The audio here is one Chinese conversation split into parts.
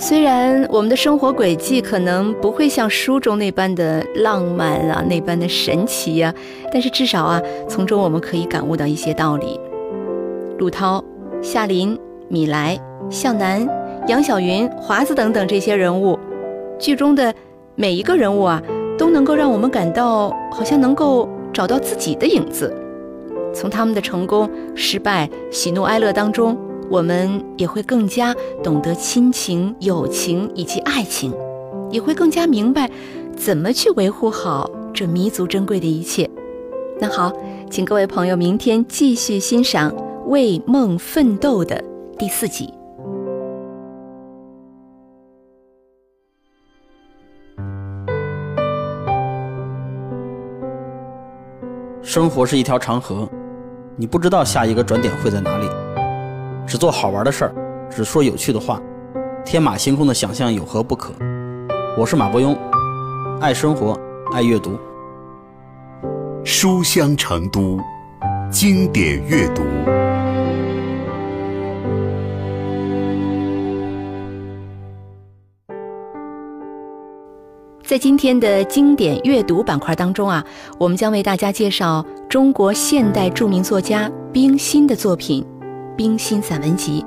虽然我们的生活轨迹可能不会像书中那般的浪漫啊，那般的神奇啊，但是至少啊，从中我们可以感悟到一些道理。陆涛、夏琳、米莱、向南、杨晓云、华子等等这些人物，剧中的每一个人物啊，都能够让我们感到好像能够找到自己的影子。从他们的成功、失败、喜怒哀乐当中，我们也会更加懂得亲情、友情以及爱情，也会更加明白怎么去维护好这弥足珍贵的一切。那好，请各位朋友明天继续欣赏《为梦奋斗》的第4集。 生活是一条长河，你不知道下一个转点会在哪里，只做好玩的事儿，只说有趣的话，天马行空的想象有何不可？我是马伯庸，爱生活，爱阅读。 书香成都，经典阅读。 在今天的经典阅读板块当中啊，我们将为大家介绍中国现代著名作家冰心的作品《冰心散文集》。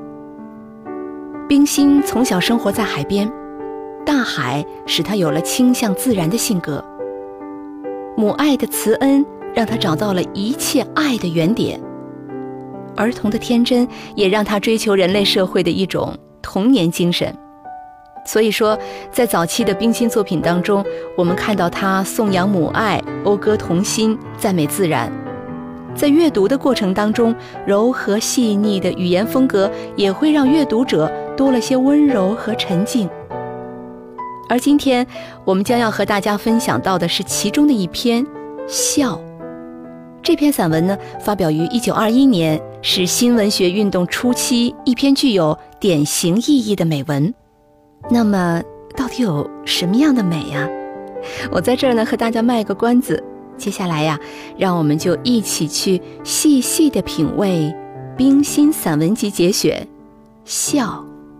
冰心从小生活在海边，大海使他有了倾向自然的性格。母爱的慈恩让他找到了一切爱的原点，儿童的天真也让他追求人类社会的一种童年精神。所以说，在早期的冰心作品当中，我们看到他颂扬母爱、讴歌童心、赞美自然。在阅读的过程当中，柔和细腻的语言风格也会让阅读者多了些温柔和沉静。而今天我们将要和大家分享到的是其中的一篇《笑》。这篇散文呢，发表于1921年，是新文学运动初期一篇具有典型意义的美文。那么到底有什么样的美呀？我在这儿呢和大家卖个关子，接下来呀，让我们就一起去细细的品味冰心散文集节选《笑》。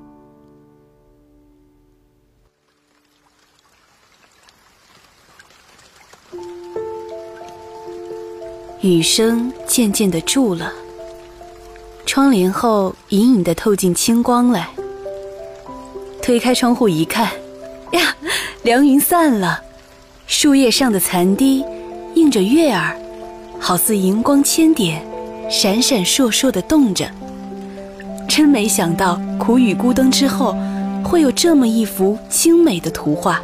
雨声渐渐地住了，窗帘后隐隐地透进清光来。推开窗户一看，呀，凉云散了，树叶上的残滴映着月儿，好似荧光千点，闪闪烁烁地动着。真没想到苦雨孤灯之后会有这么一幅精美的图画。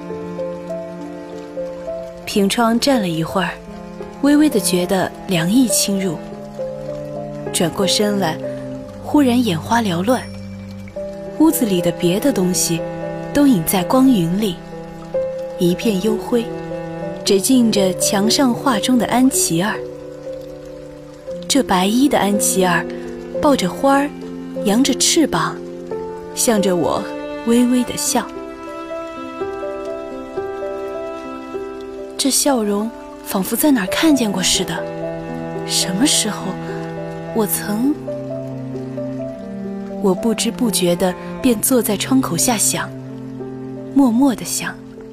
凭窗站了一会儿，微微地觉得凉意侵入，转过身来，忽然眼花缭乱，屋子里的别的东西都隐在光云里，一片幽灰，只映着墙上画中的安琪儿。这白衣的安琪儿抱着花儿，扬着翅膀，向着我微微地笑。这笑容仿佛在哪儿看见过似的，什么时候我不知不觉地便坐在窗口下想，默默地想。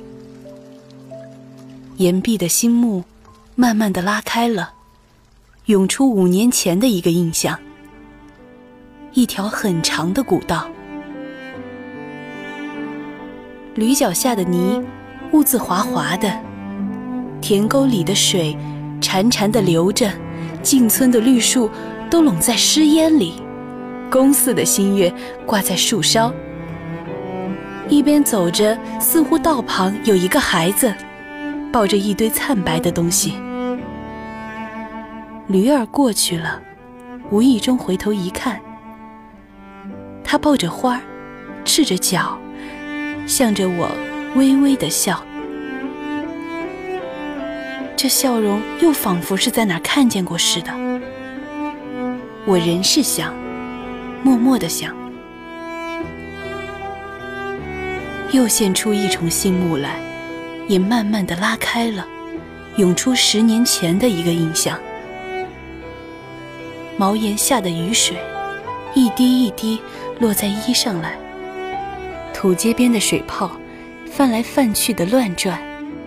岩壁的心幕慢慢地拉开了，涌出5年前的一个印象，一条很长的古道，驴脚下的泥兀自滑滑的，田沟里的水潺潺地流着，进村的绿树都拢在湿烟里，公寺的新月挂在树梢。一边走着，似乎道旁有一个孩子抱着一堆惨白的东西。驴儿过去了，无意中回头一看，他抱着花，赤着脚，向着我微微地笑。这笑容又仿佛是在哪儿看见过似的。我仍是想，默默地想。又现出一重心幕来，也慢慢地拉开了，涌出10年前的一个印象。茅檐下的雨水，一滴一滴落在衣上来， 土街边的水泡泛来泛去的乱转。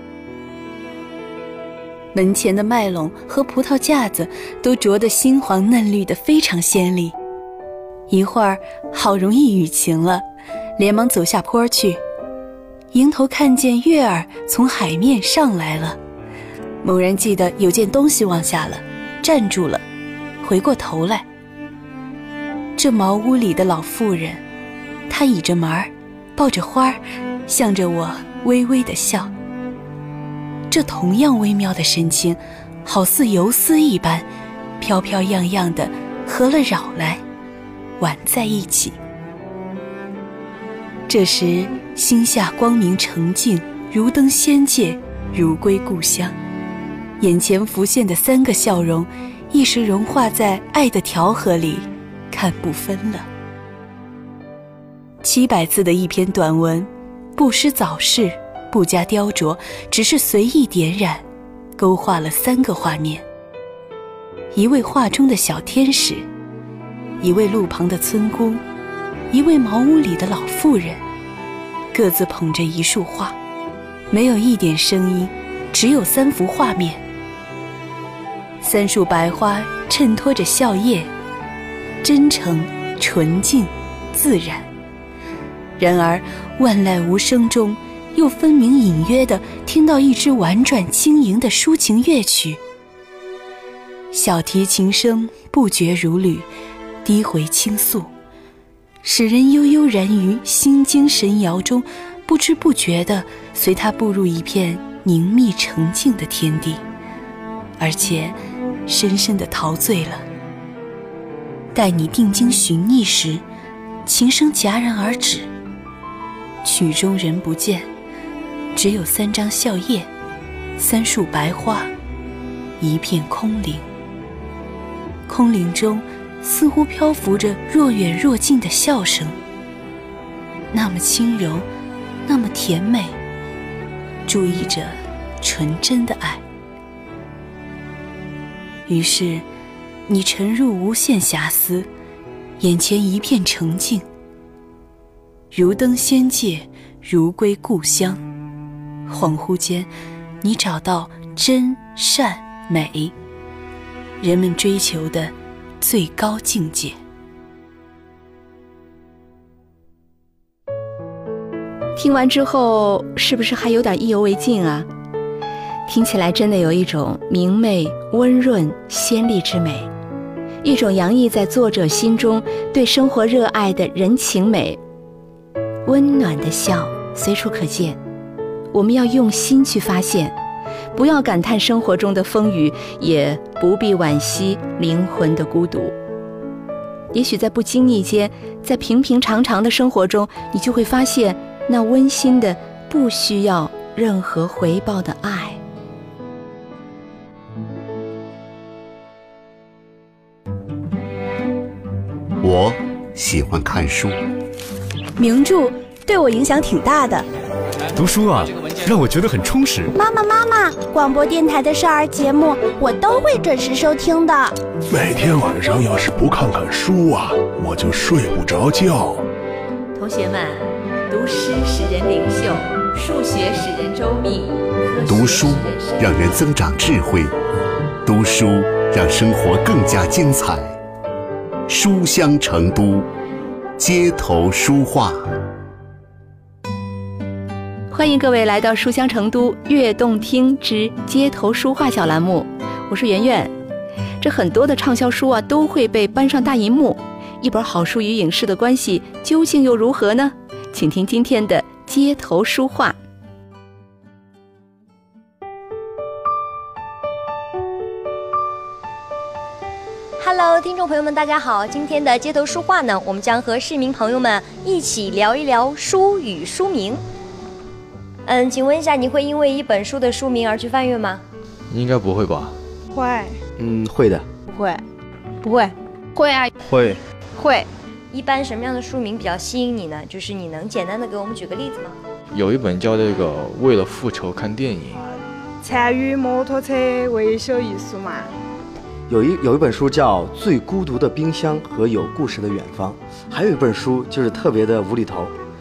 门前的麦垄和葡萄架子都着得猩黄嫩绿的非常鲜丽。一会儿好容易雨晴了，连忙走下坡去，迎头看见月儿从海面上来了，猛然记得有件东西忘下了，站住了，回过头来。这茅屋里的老妇人，她倚着门儿，抱着花儿，向着我微微地笑。这同样微妙的神情，好似游丝一般，飘飘漾漾地合了扰来，挽在一起。这时心下光明澄净，如登仙界，如归故乡。眼前浮现的3个笑容，一时融化在爱的调和里，看不分了。700字的一篇短文，不失早逝，不加雕琢，只是随意点染，勾画了3个画面：一位画中的小天使，一位路旁的村姑，一位茅屋里的老妇人，各自捧着一束花，没有一点声音，只有3幅画面。3束白花衬托着笑靥，真诚、纯净、自然。然而万籁无声中，又分明隐约地听到一支婉转轻盈的抒情乐曲。小提琴声不绝如缕，低回倾诉，使人悠悠然于心经神摇中，不知不觉地随它步入一片宁谧澄净的天地，而且深深地陶醉了。待你定睛寻觅时，琴声戛然而止，曲中人不见，只有3张笑靥，3束白花，一片空灵。空灵中似乎漂浮着若远若近的笑声，那么轻柔，那么甜美，注意着纯真的爱。于是你沉入无限遐思，眼前一片澄净，如登仙界，如归故乡。恍惚间，你找到真善美，人们追求的最高境界。 听完之后，是不是还有点意犹未尽啊？听起来真的有一种明媚、温润、鲜丽之美，一种洋溢在作者心中对生活热爱的人情美。温暖的笑随处可见，我们要用心去发现，不要感叹生活中的风雨，也不必惋惜灵魂的孤独。也许在不经意间，在平平常常的生活中，你就会发现那温馨的不需要任何回报的爱。 我喜欢看书， 名著对我影响挺大的。 读书啊，让我觉得很充实。 妈妈，广播电台的少儿节目我都会准时收听的。 每天晚上要是不看看书啊，我就睡不着觉。 同学们，读诗使人灵秀，数学使人周密， 读书让人增长智慧，读书让生活更加精彩。书香成都，街头书画。 欢迎各位来到书香成都悦动听之街头书画小栏目，我是圆圆。这很多的畅销书啊，都会被搬上大银幕，一本好书与影视的关系究竟又如何呢？请听今天的街头书画。 Hello， 听众朋友们，大家好！今天的街头书画呢，我们将和市民朋友们一起聊一聊书与书名。请问一下，你会因为一本书的书名而去翻阅吗？ 应该不会吧？ 会。 会的。 不会。不会。 会啊。 会。 会。 一般什么样的书名比较吸引你呢？就是你能简单的给我们举个例子吗？ 有一本叫这个《为了复仇看电影》。 参与摩托车维修艺术嘛。 有一本书叫《最孤独的冰箱和有故事的远方》，还有一本书就是特别的无厘头，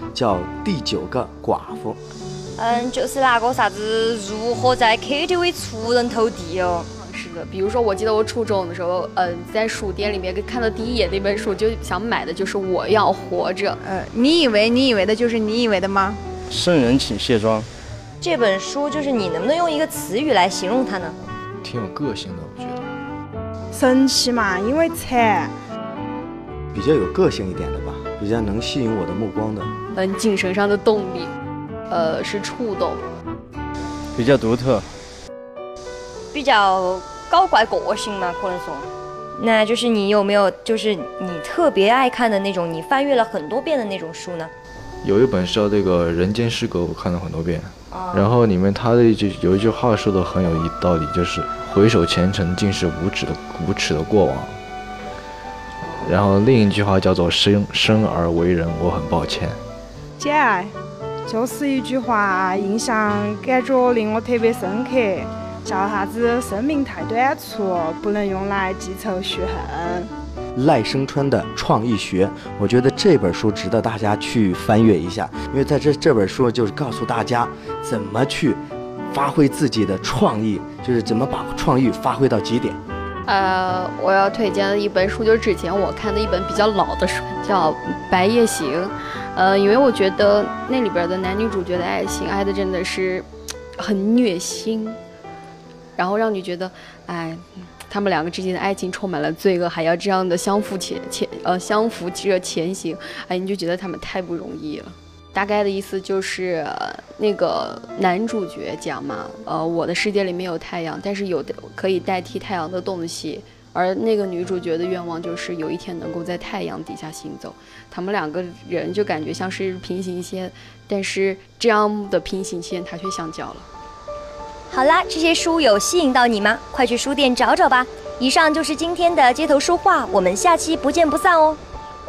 叫《第9个寡妇》。 就是那个啥子如何在 KTV 出人头地哦。 是的，比如说我记得我初中的时候，在书店里面看到第一页那本书，就想买的就是《我要活着》。 你以为的就是你以为的吗？ 圣人请卸妆。 这本书就是你能不能用一个词语来形容它呢？ 挺有个性的，我觉得。 神奇嘛，因为惨。 比较有个性一点的吧，比较能吸引我的目光的。 精神上的动力，是触动。 比较独特。 比较搞怪个性嘛，可能说。那就是你有没有就是你特别爱看的那种，你翻阅了很多遍的那种书呢？ 有一本叫这个《人间失格》，我看了很多遍。然后里面他的有一句话说的很有道理，就是回首前尘尽是无耻的过往。然后另一句话叫做生而为人，我很抱歉。 简爱就是一句话，印象感觉令我特别深刻，叫啥子生命太短促，不能用来记仇雪恨。 赖声川的创意学，我觉得这本书值得大家去翻阅一下，因为在这本书就是告诉大家怎么去发挥自己的创意，就是怎么把创意发挥到极点。 我要推荐的一本书就是之前我看的一本比较老的书，叫《白夜行》。因为我觉得那里边的男女主角的爱情爱的真的是很虐心，然后让你觉得，他们两个之间的爱情充满了罪恶，还要这样的相扶着前行，你就觉得他们太不容易了。大概的意思就是，那个男主角讲嘛，我的世界里没有太阳，但是有的可以代替太阳的东西，而那个女主角的愿望就是有一天能够在太阳底下行走。他们两个人就感觉像是平行线，但是这样的平行线它却相交了。 好啦，这些书有吸引到你吗？快去书店找找吧。以上就是今天的街头书话，我们下期不见不散哦。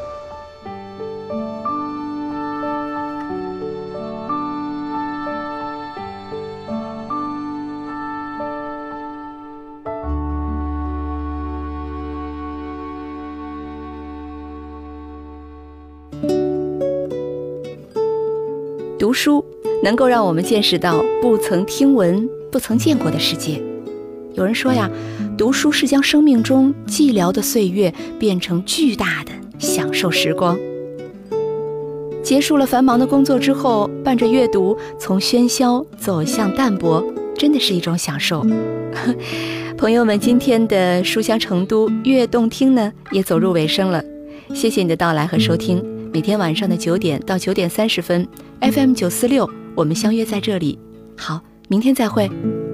读书能够让我们见识到不曾听闻、不曾见过的世界。有人说呀，读书是将生命中寂寥的岁月变成巨大的享受时光。结束了繁忙的工作之后，伴着阅读，从喧嚣走向淡泊，真的是一种享受。朋友们，今天的书香成都悦动听呢，也走入尾声了。谢谢你的到来和收听。每天晚上的9点到9点30分 FM 946，我们相约在这里。好，明天再会。